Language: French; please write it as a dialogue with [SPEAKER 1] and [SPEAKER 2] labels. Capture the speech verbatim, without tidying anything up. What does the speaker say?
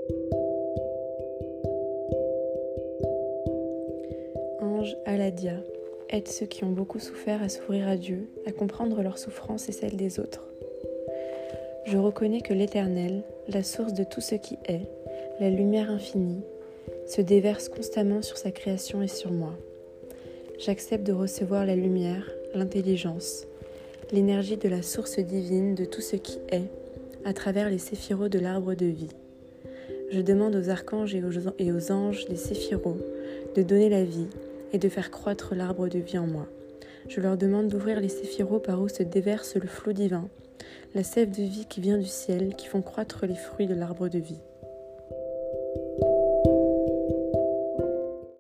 [SPEAKER 1] Ange Aladia, aide ceux qui ont beaucoup souffert à s'ouvrir à Dieu, à comprendre leur souffrance et celle des autres. Je reconnais que l'Éternel, la source de tout ce qui est, la lumière infinie, se déverse constamment sur sa création et sur moi. J'accepte de recevoir la lumière, l'intelligence, l'énergie de la source divine de tout ce qui est, à travers les séphiros de l'arbre de vie. Je demande aux archanges et aux, et aux anges des séphiros de donner la vie et de faire croître l'arbre de vie en moi. Je leur demande d'ouvrir les séphiros par où se déverse le flot divin, la sève de vie qui vient du ciel, qui font croître les fruits de l'arbre de vie.